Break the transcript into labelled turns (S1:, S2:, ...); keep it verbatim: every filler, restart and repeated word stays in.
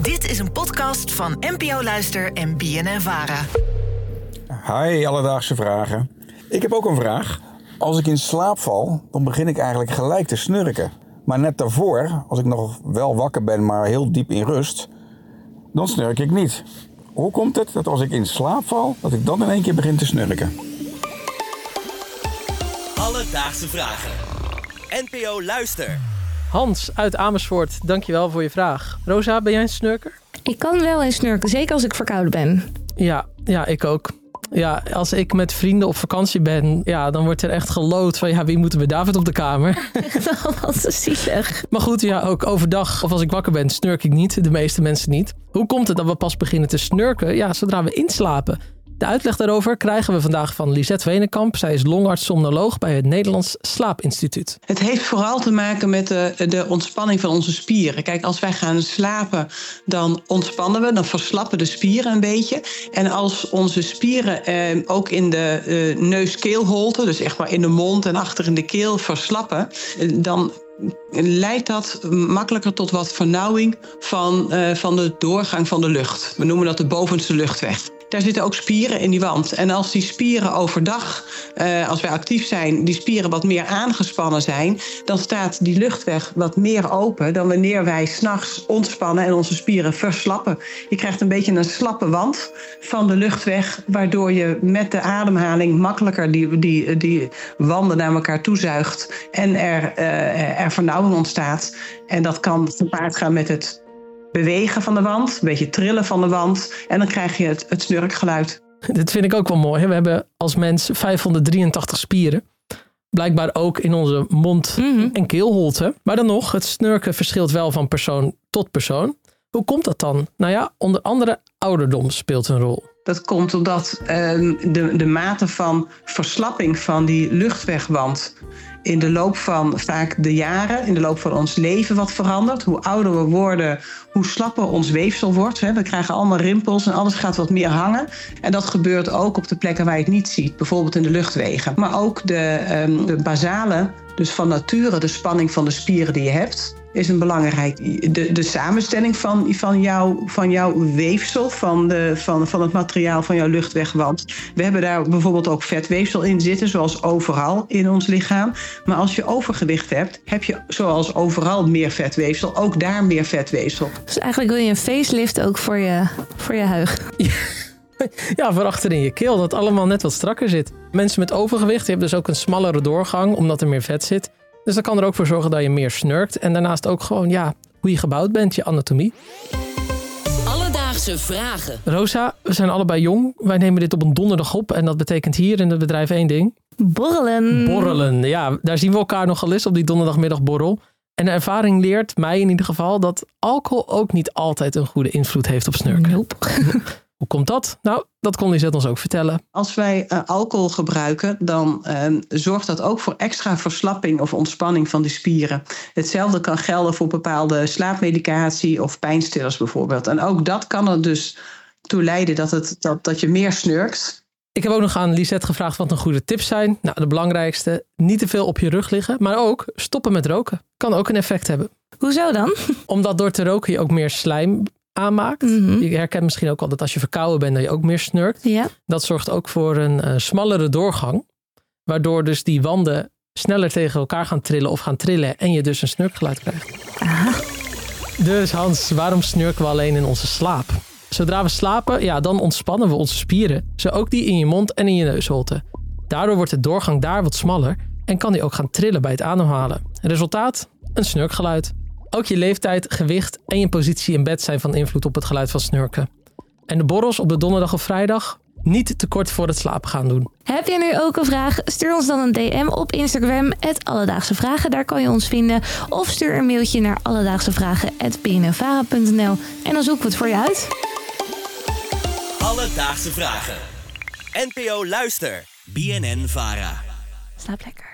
S1: Dit is een podcast van N P O Luister en B N N Vara.
S2: Hi, alledaagse vragen. Ik heb ook een vraag. Als ik in slaap val, dan begin ik eigenlijk gelijk te snurken. Maar net daarvoor, als ik nog wel wakker ben, maar heel diep in rust, dan snurk ik niet. Hoe komt het dat als ik in slaap val, dat ik dan in één keer begin te snurken?
S3: Alledaagse vragen. N P O Luister.
S4: Hans uit Amersfoort, dankjewel voor je vraag. Rosa, ben jij een snurker?
S5: Ik kan wel eens snurken, zeker als ik verkouden ben.
S4: Ja, ja, ik ook. Ja, als ik met vrienden op vakantie ben, ja, dan wordt er echt geloot van, ja, wie moeten we David op de kamer?
S5: Wat zo zielig.
S4: Maar goed, ja, ook overdag of als ik wakker ben, snurk ik niet. De meeste mensen niet. Hoe komt het dat we pas beginnen te snurken? Ja, zodra we inslapen. De uitleg daarover krijgen we vandaag van Lisette Venenkamp. Zij is longarts-somnoloog bij het Nederlands Slaapinstituut.
S6: Het heeft vooral te maken met de, de ontspanning van onze spieren. Kijk, als wij gaan slapen, dan ontspannen we, dan verslappen de spieren een beetje. En als onze spieren eh, ook in de eh, neus-keelholte, dus echt maar in de mond en achter in de keel, verslappen, eh, dan leidt dat makkelijker tot wat vernauwing van, uh, van de doorgang van de lucht. We noemen dat de bovenste luchtweg. Daar zitten ook spieren in die wand. En als die spieren overdag, uh, als wij actief zijn, die spieren wat meer aangespannen zijn, dan staat die luchtweg wat meer open dan wanneer wij 's nachts ontspannen en onze spieren verslappen. Je krijgt een beetje een slappe wand van de luchtweg, waardoor je met de ademhaling makkelijker die, die, die wanden naar elkaar toezuigt en er, uh, er vernauwing ontstaat. En dat kan gepaard gaan met het bewegen van de wand, een beetje trillen van de wand. En dan krijg je het, het snurkgeluid.
S4: Dit vind ik ook wel mooi. We hebben als mens vijfhonderddrieëntachtig spieren. Blijkbaar ook in onze mond- mm-hmm. en keelholte. Maar dan nog, het snurken verschilt wel van persoon tot persoon. Hoe komt dat dan? Nou ja, onder andere ouderdom speelt een rol.
S6: Dat komt omdat uh, de, de mate van verslapping van die luchtwegwand in de loop van vaak de jaren, in de loop van ons leven wat verandert. Hoe ouder we worden, hoe slapper ons weefsel wordt. We krijgen allemaal rimpels en alles gaat wat meer hangen. En dat gebeurt ook op de plekken waar je het niet ziet. Bijvoorbeeld in de luchtwegen. Maar ook de, um, de basale, dus van nature de spanning van de spieren die je hebt, is een belangrijk. De, de samenstelling van, van, jou, van jouw weefsel, van, de, van, van het materiaal van jouw luchtwegwand. We hebben daar bijvoorbeeld ook vetweefsel in zitten, zoals overal in ons lichaam. Maar als je overgewicht hebt, heb je zoals overal meer vetweefsel, ook daar meer vetweefsel.
S5: Dus eigenlijk wil je een facelift ook voor je, voor je huig.
S4: Ja, voor achterin je keel, dat allemaal net wat strakker zit. Mensen met overgewicht hebben dus ook een smallere doorgang, omdat er meer vet zit. Dus dat kan er ook voor zorgen dat je meer snurkt. En daarnaast ook gewoon, ja, hoe je gebouwd bent, je anatomie.
S3: Alledaagse vragen.
S4: Rosa, we zijn allebei jong. Wij nemen dit op een donderdag op. En dat betekent hier in het bedrijf één ding.
S5: Borrelen.
S4: Borrelen, ja. Daar zien we elkaar nogal eens op die donderdagmiddagborrel. En de ervaring leert mij in ieder geval dat alcohol ook niet altijd een goede invloed heeft op snurken.
S5: Nope.
S4: Hoe komt dat? Nou, dat kon Lisette ons ook vertellen.
S6: Als wij uh, alcohol gebruiken, dan uh, zorgt dat ook voor extra verslapping of ontspanning van de spieren. Hetzelfde kan gelden voor bepaalde slaapmedicatie of pijnstillers bijvoorbeeld. En ook dat kan er dus toe leiden dat, het, dat, dat je meer snurkt.
S4: Ik heb ook nog aan Lisette gevraagd wat een goede tips zijn. Nou, de belangrijkste, niet te veel op je rug liggen. Maar ook stoppen met roken. Kan ook een effect hebben.
S5: Hoezo dan?
S4: Omdat door te roken je ook meer slijm aanmaakt. Mm-hmm. Je herkent misschien ook al dat als je verkouden bent, dat je ook meer snurkt.
S5: Ja.
S4: Dat zorgt ook voor een uh, smallere doorgang. Waardoor dus die wanden sneller tegen elkaar gaan trillen of gaan trillen. En je dus een snurkgeluid krijgt.
S5: Aha.
S4: Dus Hans, waarom snurken we alleen in onze slaap? Zodra we slapen, ja, dan ontspannen we onze spieren. Zo ook die in je mond en in je neusholte. Daardoor wordt de doorgang daar wat smaller. En kan die ook gaan trillen bij het ademhalen. Resultaat? Een snurkgeluid. Ook je leeftijd, gewicht en je positie in bed zijn van invloed op het geluid van snurken. En de borrels op de donderdag of vrijdag niet te kort voor het slapen gaan doen.
S5: Heb je nu ook een vraag? Stuur ons dan een D M op Instagram, at Alledaagse Vragen. Daar kan je ons vinden. Of stuur een mailtje naar alledaagsevragen at b n n vara punt n l en dan zoeken we het voor je uit.
S3: Alledaagse Vragen. N P O Luister. B N N Vara.
S5: Slaap lekker.